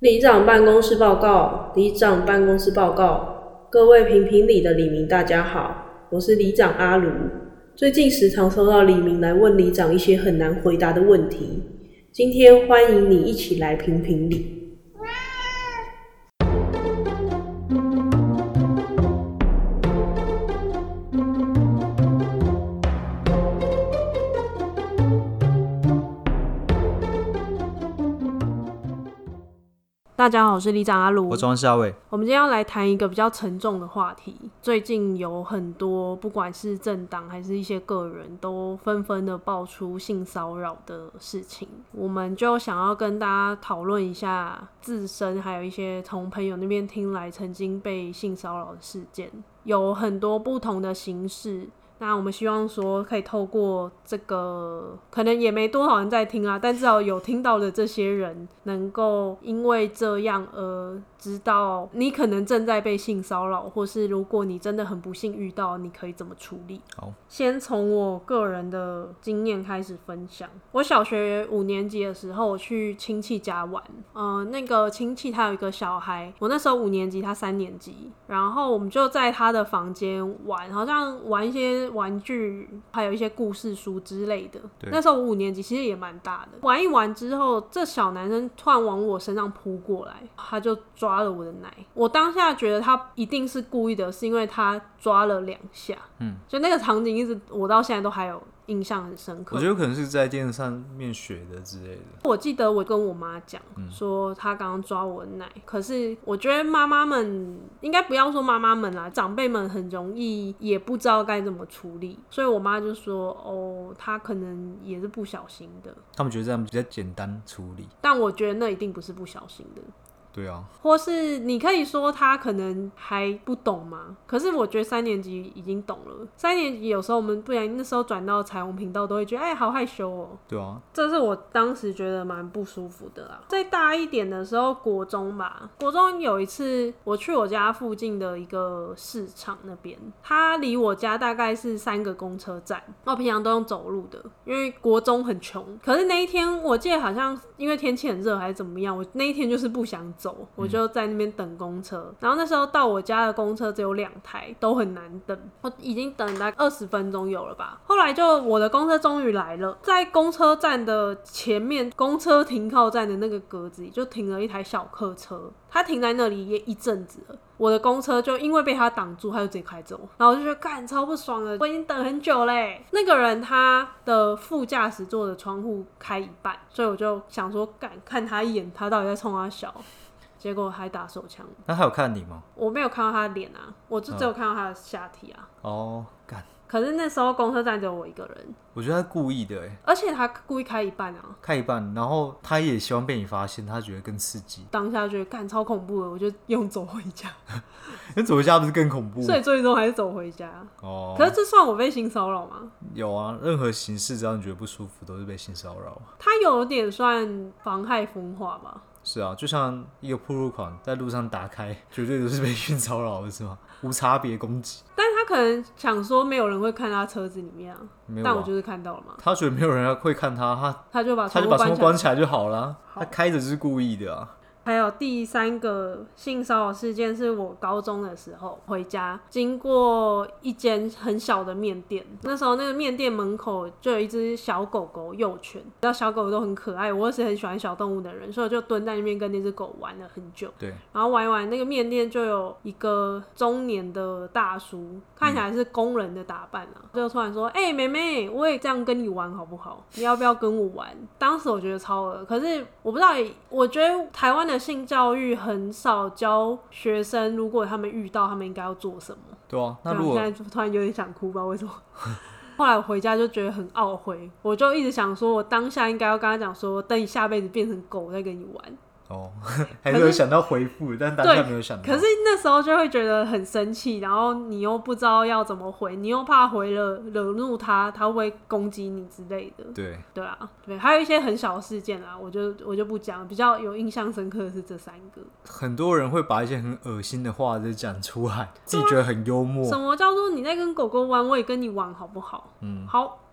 里长办公室报告，里长办公室报告。各位评评理的里民大家好，我是里长阿卢。最近时常收到里民来问里长一些很难回答的问题，今天欢迎你一起来评评理。大家好，我是里长阿卢， 我庄夏伟。 我们今天要来谈一个比较沉重的话题。最近有很多不管是政党还是一些个人都纷纷的爆出性骚扰的事情，我们就想要跟大家讨论一下自身还有一些从朋友那边听来曾经被性骚扰的事件，有很多不同的形式。那我们希望说可以透过这个，可能也没多少人在听啊，但至少有听到的这些人能够因为这样而知道你可能正在被性骚扰，或是如果你真的很不幸遇到，你可以怎么处理。 好， 先从我个人的经验开始分享。我小学5年级的时候，我去亲戚家玩，那个亲戚他有一个小孩，我那时候5年级，他3年级，然后我们就在他的房间玩，好像玩一些玩具，还有一些故事书之类的。那时候我5年级，其实也蛮大的。玩一玩之后，这小男生突然往我身上扑过来，他就抓了我的奶。我当下觉得他一定是故意的，是因为他抓了2下。就那个场景一直我到现在都还有印象很深刻。 我觉得可能是在电视上面学的之类的。 我记得我跟我妈讲说他刚刚抓我的奶，可是我觉得妈妈们应该不要说妈妈们啦，长辈们很容易也不知道该怎么处理，所以我妈就说他可能也是不小心的。 他们觉得这样比较简单处理， 但我觉得那一定不是不小心的。 对啊， 或是你可以说他可能还不懂嘛，可是我觉得3年级已经懂了。3年级有时候我们不然那时候转到彩虹频道都会觉得好害羞哦。 对啊， 这是我当时觉得蛮不舒服的啦。再大一点的时候，国中吧，国中有一次我去我家附近的一个市场那边，它离我家大概是3个公车站，我平常都用走路的，因为国中很穷。可是那一天我记得好像因为天气很热还是怎么样，我那一天就是不想走，我就在那边等公车。然后那时候到我家的公车只有2台，都很难等，我已经等大概20分钟有了吧。后来就我的公车终于来了，在公车站的前面，公车停靠站的那个格子里就停了一台小客车，他停在那里也一阵子了。我的公车就因为被他挡住，他就直接开走，然后我就觉得干超不爽的，我已经等很久嘞。那个人他的副驾驶座的窗户开一半，所以我就想说干看他一眼，他到底在冲他笑。结果还打手枪。 那他有看你吗？ 我没有看到他的脸啊，我就只有看到他的下体啊。 干。 可是那时候公车站只有我一个人。 我觉得他故意的而且他故意开一半啊。 开一半，然后他也希望被你发现，他觉得更刺激。 当下觉得干超恐怖的，我就用走回家。 那走回家不是更恐怖？ 所以最终还是走回家。可是这算我被性骚扰吗？ 有啊，任何形式只要你觉得不舒服，都是被性骚扰。 他有点算妨害风化吧。 是啊，就像一个铺路狂在路上打开，绝对都是被性骚扰的，是吗？无差别攻击。 但是他可能想说没有人会看他车子里面啊， 没有啊， 但我就是看到了嘛。 他觉得没有人会看他就把窗户关起来就好了。他开着是故意的啊。 还有第3个性骚扰事件是我高中的时候回家，经过一间很小的面店，那时候那个面店门口就有一只小狗狗幼犬，你知道小狗都很可爱，我也是很喜欢小动物的人，所以我就蹲在那边跟那只狗玩了很久。 对， 然后玩一玩，那个面店就有一个中年的大叔，看起来是工人的打扮啊，就突然说妹妹，我也这样跟你玩好不好？你要不要跟我玩？当时我觉得超恶，可是我不知道，我觉得台湾的性教育很少教学生，如果他们遇到，他们应该要做什么。 对啊，那如果现在突然有点想哭，不知道为什么。后来我回家就觉得很懊悔，我就一直想说，我当下应该要跟他讲说，等你下辈子变成狗再跟你玩。 还是有想到回复，但当下没有想到。 可是那时候就会觉得很生气，然后你又不知道要怎么回，你又怕回了惹怒他，他会不会攻击你之类的。对啊，对，还有一些很小的事件啦，我就不讲。比较有印象深刻的是这3个。 很多人会把一些很恶心的话就讲出来，自己觉得很幽默。 什么叫做你在跟狗狗玩，我也跟你玩好不好？好。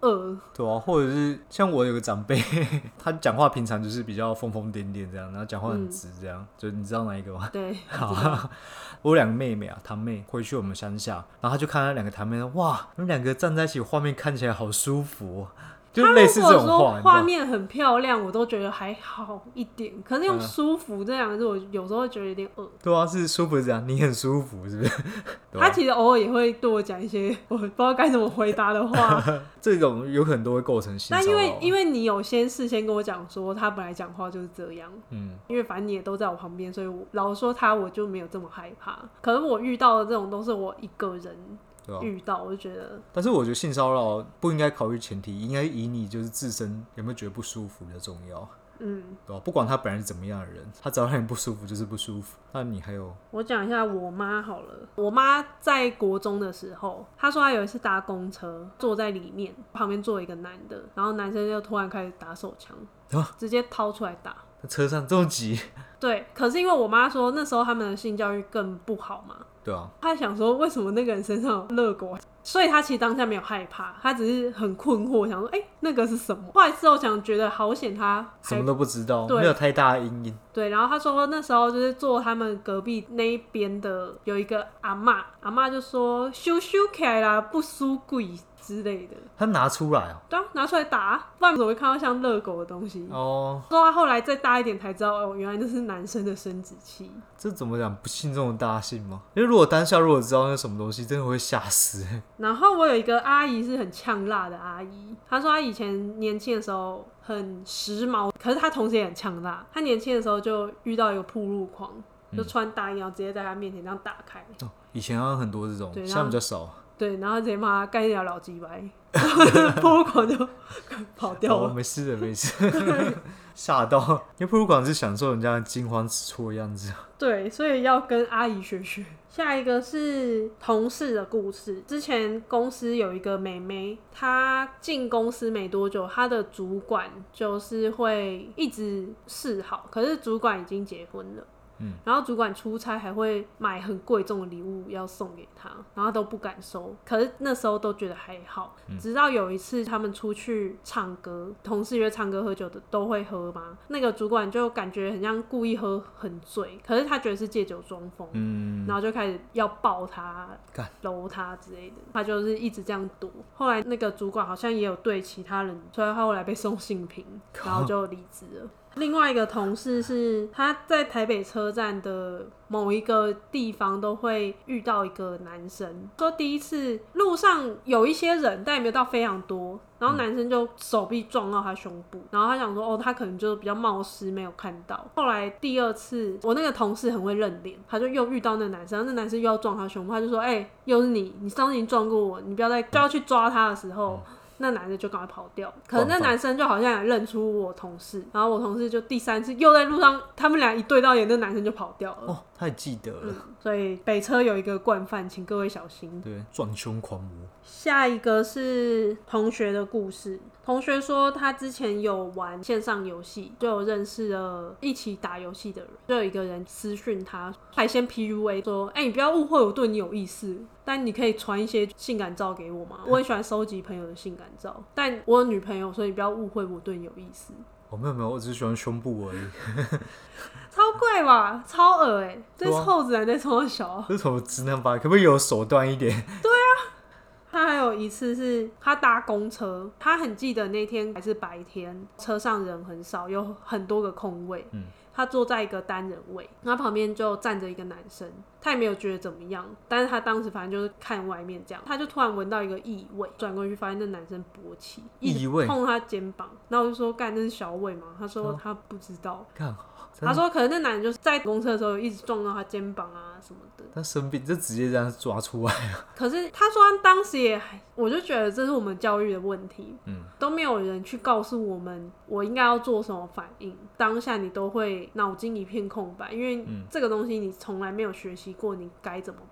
对啊，或者是像我有个长辈，他讲话平常就是比较疯疯癫癫这样，然后讲话很直这样，就你知道哪一个吗？ 对， 好，我有两个妹妹啊，堂妹回去我们乡下，然后他就看到两个堂妹说，哇，你们两个站在一起，画面看起来好舒服哦。就类似这种他如果话， 说画面很漂亮，我都觉得还好一点。可是用舒服这两个字，我有时候会觉得有点恶。 对啊，是舒服是这样，你很舒服是不是？ 他其实偶尔也会对我讲一些我不知道该怎么回答的话。 这种有可能都会构成性骚扰。 但因为你有事先跟我讲说他本来讲话就是这样，因为反正你也都在我旁边，所以我老实说我就没有这么害怕。可是我遇到的这种都是我一个人遇到，我就觉得。 但是我觉得性骚扰不应该考虑前提，应该以你就是自身有没有觉得不舒服比较重要。对吧？不管他本来是怎么样的人，他只要让你不舒服就是不舒服。那你还有？ 我讲一下我妈好了。我妈在国中的时候，她说她有一次搭公车，坐在里面，旁边坐一个男的，然后男生就突然开始打手枪，直接掏出来打。 车上这么急？ 对，可是因为我妈说那时候他们的性教育更不好嘛。 对啊， 她想说为什么那个人身上有肋骨，所以她其实当下没有害怕，她只是很困惑，想说那个是什么？后来之后想觉得好险，她什么都不知道，没有太大的阴影。 对，然后她说那时候就是坐他们隔壁那一边的有一个阿嬷就说羞羞起来啦，不输鬼之类的。 他拿出来对啊，拿出来打，不然怎么会看到像热狗的东西？说他后来再大一点才知道，原来那是男生的生殖器。 这怎么讲？不幸中的大幸吗？因为如果当下知道那是什么东西，真的会吓死。 然后我有一个阿姨是很呛辣的阿姨，她说她以前年轻的时候很时髦，可是她同时也很呛辣。她年轻的时候就遇到一个暴露狂，就穿大衣，然后直接在她面前这样打开。 以前好像很多这种，现在比较少。 对，然后直接骂他干一条老鸡掰，暴露狂就跑掉了。 没事的，没事。吓到，因为暴露狂是享受人家惊慌失措的样子。 对，所以要跟阿姨学学。下一个是同事的故事。之前公司有一个妹妹，她进公司没多久，她的主管就是会一直示好，可是主管已经结婚了。然后主管出差还会买很贵重的礼物要送给他，然后都不敢收，可是那时候都觉得还好。直到有一次他们出去唱歌，同事约唱歌喝酒的都会喝嘛，那个主管就感觉很像故意喝很醉，可是他觉得是借酒装疯，然后就开始要抱他搂他之类的，他就是一直这样躲。后来那个主管好像也有对其他人，所以他后来被送性平，然后就离职了。另外一个同事是他在台北车站的某一个地方都会遇到一个男生，说第一次路上有一些人，但也没有到非常多，然后男生就手臂撞到他胸部，然后他想说他可能就比较冒失没有看到。后来第二次我那个同事很会认脸，他就又遇到那个男生，那男生又要撞他胸部，他就说又是你上次已经撞过我，你不要再就要去抓他的时候，那男的就赶快跑掉，可是那男生就好像也认出我同事，然后我同事就第三次又在路上，他们俩一对到眼，那男生就跑掉了。 他也记得了。 所以北车有一个惯犯，请各位小心。 对，撞胸狂魔。 下一个是同学的故事。同学说他之前有玩线上游戏，就有认识了一起打游戏的人，就有一个人私讯他，还先 PUA 说你不要误会我对你有意思，但你可以传一些性感照给我吗？我很喜欢收集朋友的性感照，但我有女朋友，所以不要误会我对你有意思。 没有，我只是喜欢胸部而已。 超怪吧，超恶这臭直男在冲小啊！ 这是什么直男吧？可不可以有手段一点？ 对啊，他还有一次是他搭公车，他很记得那天还是白天，车上人很少，有很多个空位。他坐在一个单人位，然后旁边就站着一个男生，他也没有觉得怎么样，但是他当时反正就是看外面这样，他就突然闻到一个异味，转过去发现那男生勃起，一直碰他肩膀，然后我就说干，那是小伟吗？他说他不知道，他说可能那男人就是在公车的时候一直撞到他肩膀啊什么的， 他生病就直接这样抓出来了。 可是他说他当时也，我就觉得这是我们教育的问题，都没有人去告诉我们我应该要做什么反应，当下你都会脑筋一片空白，因为这个东西你从来没有学习过，你该怎么办？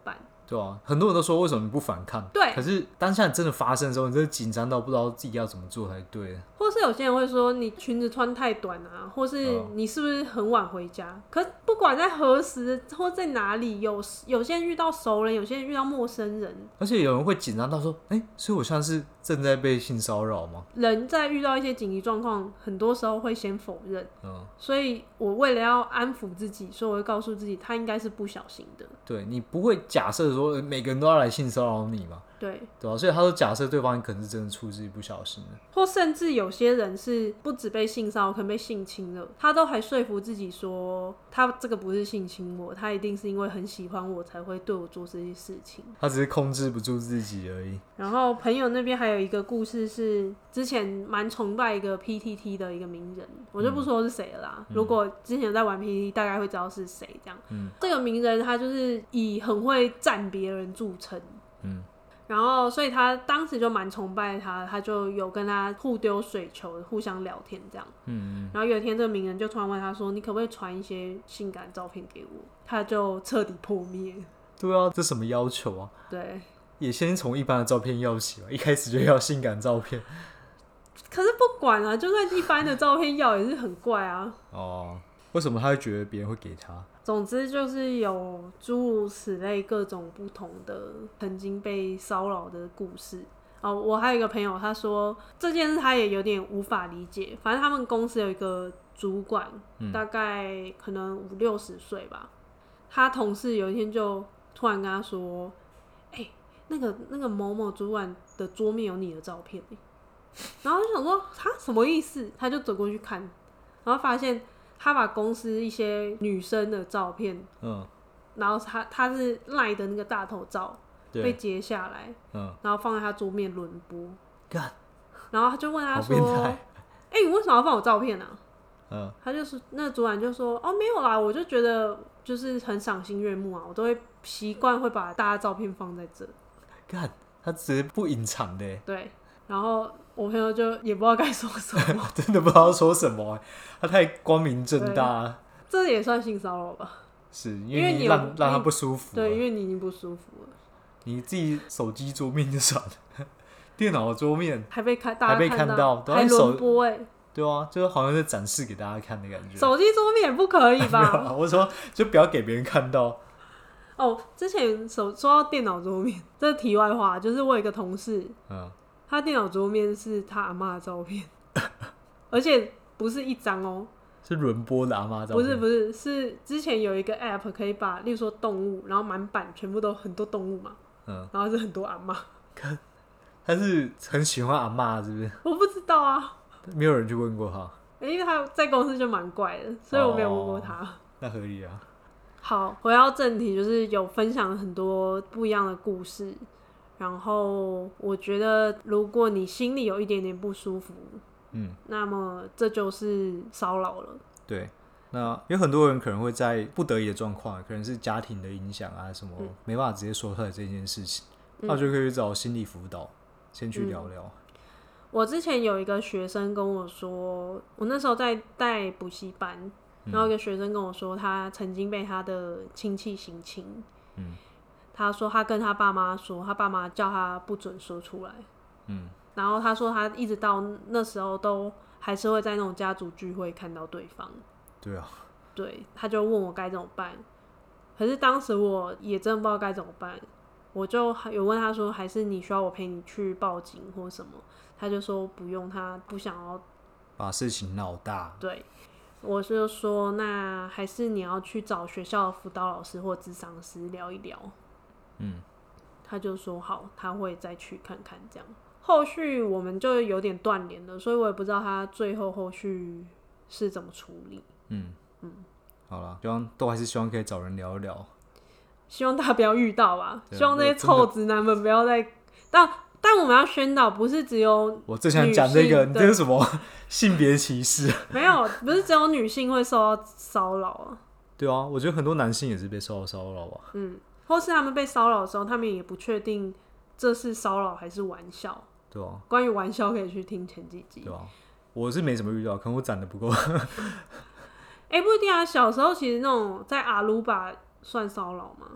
对啊，很多人都说为什么你不反抗？ 对， 可是当下你真的发生的时候，你真的紧张到不知道自己要怎么做才对。 或是有些人会说你裙子穿太短啊，或是你是不是很晚回家？可不管在何时或在哪里，有些人遇到熟人，有些人遇到陌生人， 而且有人会紧张到说，所以我像是正在被性骚扰吗？ 人在遇到一些紧急状况，很多时候会先否认。所以我为了要安抚自己，所以我会告诉自己，他应该是不小心的。 对，你不会假设说每个人都要来性骚扰你嘛？ 对吧？所以他说假设对方可能是真的出自己不小心的， 或甚至有些人是不止被性骚扰，可能被性侵了，他都还说服自己说他这个不是性侵我，他一定是因为很喜欢我才会对我做这些事情， 他只是控制不住自己而已。 然后朋友那边还有一个故事是之前蛮崇拜一个 PTT 的一个名人，我就不说是谁了啦，如果之前有在玩 PTT 大概会知道是谁这样。这个名人他就是以很会赞别人著称，然后所以他当时就蛮崇拜他，他就有跟他互丢水球，互相聊天这样。然后有一天这个名人就突然问他说，你可不可以传一些性感照片给我？他就彻底破灭。 对啊，这什么要求啊？ 对， 也先从一般的照片要起吧，一开始就要性感照片。 可是不管啊，就算一般的照片要也是很怪啊。 为什么他会觉得别人会给他？ 总之就是有诸如此类各种不同的曾经被骚扰的故事。我还有一个朋友，他说这件事他也有点无法理解。反正他们公司有一个主管，大概可能50-60岁吧。他同事有一天就突然跟他说：“那个某某主管的桌面有你的照片。”然后就想说他什么意思？他就走过去看，然后发现他把公司一些女生的照片，然后他是LINE的那个大头照被截下来，然后放在他桌面轮播。然后他就问他说：“你为什么要放我照片啊？”他就是那个主管就说：“没有啦，我就觉得就是很赏心悦目啊，我都会习惯会把大家照片放在这。” 他直接不隐藏的。 对，然后我朋友就也不知道该说什么， 真的不知道说什么，他太光明正大了。 这也算性骚扰吧？ 是因为你让他不舒服。 对，因为你已经不舒服了。 你自己手机桌面就算了，电脑的桌面还被看到， 还轮播对啊，就好像在展示给大家看的感觉。 手机桌面也不可以吧？ 我说就不要给别人看到。 之前说到电脑桌面，这是题外话，就是我有一个同事，他电脑桌面是他阿嬷的照片，而且不是一张是轮播的阿嬷照片。 不是，是之前有一个 app 可以把，例如说动物，然后满版全部都很多动物嘛，然后是很多阿嬷。 他是很喜欢阿嬷是不是？ 我不知道啊， 没有人去问过他， 因为他在公司就蛮怪的，所以我没有问过他。 那合理啊。 好，回到正题，就是有分享很多不一样的故事，然后我觉得如果你心里有一点点不舒服，那么这就是骚扰了。 对，那有很多人可能会在不得已的状况，可能是家庭的影响啊什么，没办法直接说出来这件事情，那就可以去找心理辅导，先去聊聊。 我之前有一个学生跟我说，我那时候在带补习班，然后一个学生跟我说，他曾经被他的亲戚性侵。他说他跟他爸妈说，他爸妈叫他不准说出来。然后他说他一直到那时候都还是会在那种家族聚会看到对方。 对啊。 对，他就问我该怎么办。可是当时我也真的不知道该怎么办，我就有问他说，还是你需要我陪你去报警或什么？他就说不用，他不想要把事情闹大。 对，我就说那还是你要去找学校的辅导老师或諮商师聊一聊。他就说好，他会再去看看这样。后续我们就有点断联了，所以我也不知道他最后后续是怎么处理。 好啦，都还是希望可以找人聊一聊， 希望大家不要遇到吧。希望那些臭直男们不要再但我们要宣导，不是只有我最想讲这个，你这是什么性别歧视？ 没有，不是只有女性会受到骚扰啊。 对啊，我觉得很多男性也是被受到骚扰啊。 或是他们被骚扰的时候，他们也不确定这是骚扰还是玩笑。 对啊， 关于玩笑可以去听前几集。 对啊，我是没怎么遇到，可能我长得不够。 不一定啊。小时候其实那种在阿鲁巴算骚扰吗？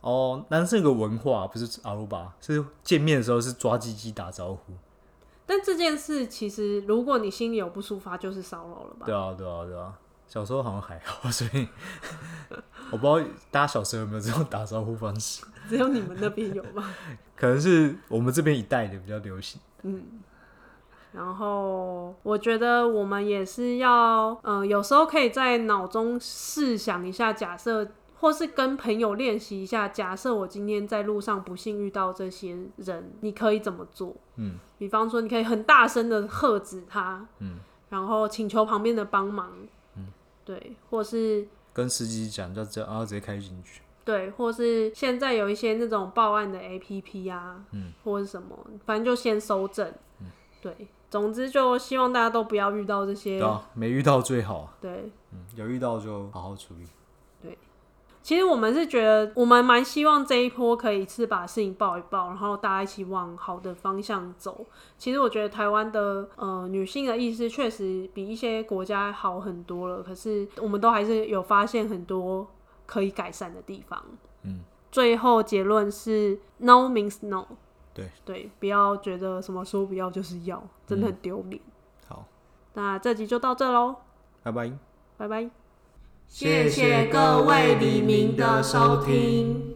哦，男生有个文化不是阿鲁巴，是见面的时候是抓鸡鸡打招呼。 但这件事其实，如果你心里有不舒服，就是骚扰了吧？ 对啊，对啊，对啊。小时候好像还好，所以我不知道大家小时候有没有这种打招呼方式。 只有你们那边有吧？ 可能是我们这边一代的比较流行。 然后我觉得我们也是要，有时候可以在脑中试想一下，假设或是跟朋友练习一下，假设我今天在路上不幸遇到这些人，你可以怎么做？比方说你可以很大声的喝止他，然后请求旁边的帮忙，对，或是跟司机讲，就这样，然后直接开进去。 对，或是现在有一些那种报案的 APP 啊，或是什么，反正就先搜证，对。总之，就希望大家都不要遇到这些。 对啊，没遇到最好。 对， 有遇到就好好处理。 对，其实我们是觉得，我们蛮希望这一波可以一次把事情报一报，然后大家一起往好的方向走。其实我觉得台湾的女性的意识确实比一些国家好很多了，可是我们都还是有发现很多可以改善的地方。最后结论是 No means no。对，不要觉得什么说不要就是要，真的很丢脸。 好， 那这集就到这咯， 拜拜， 拜拜， 谢谢各位黎明的收听。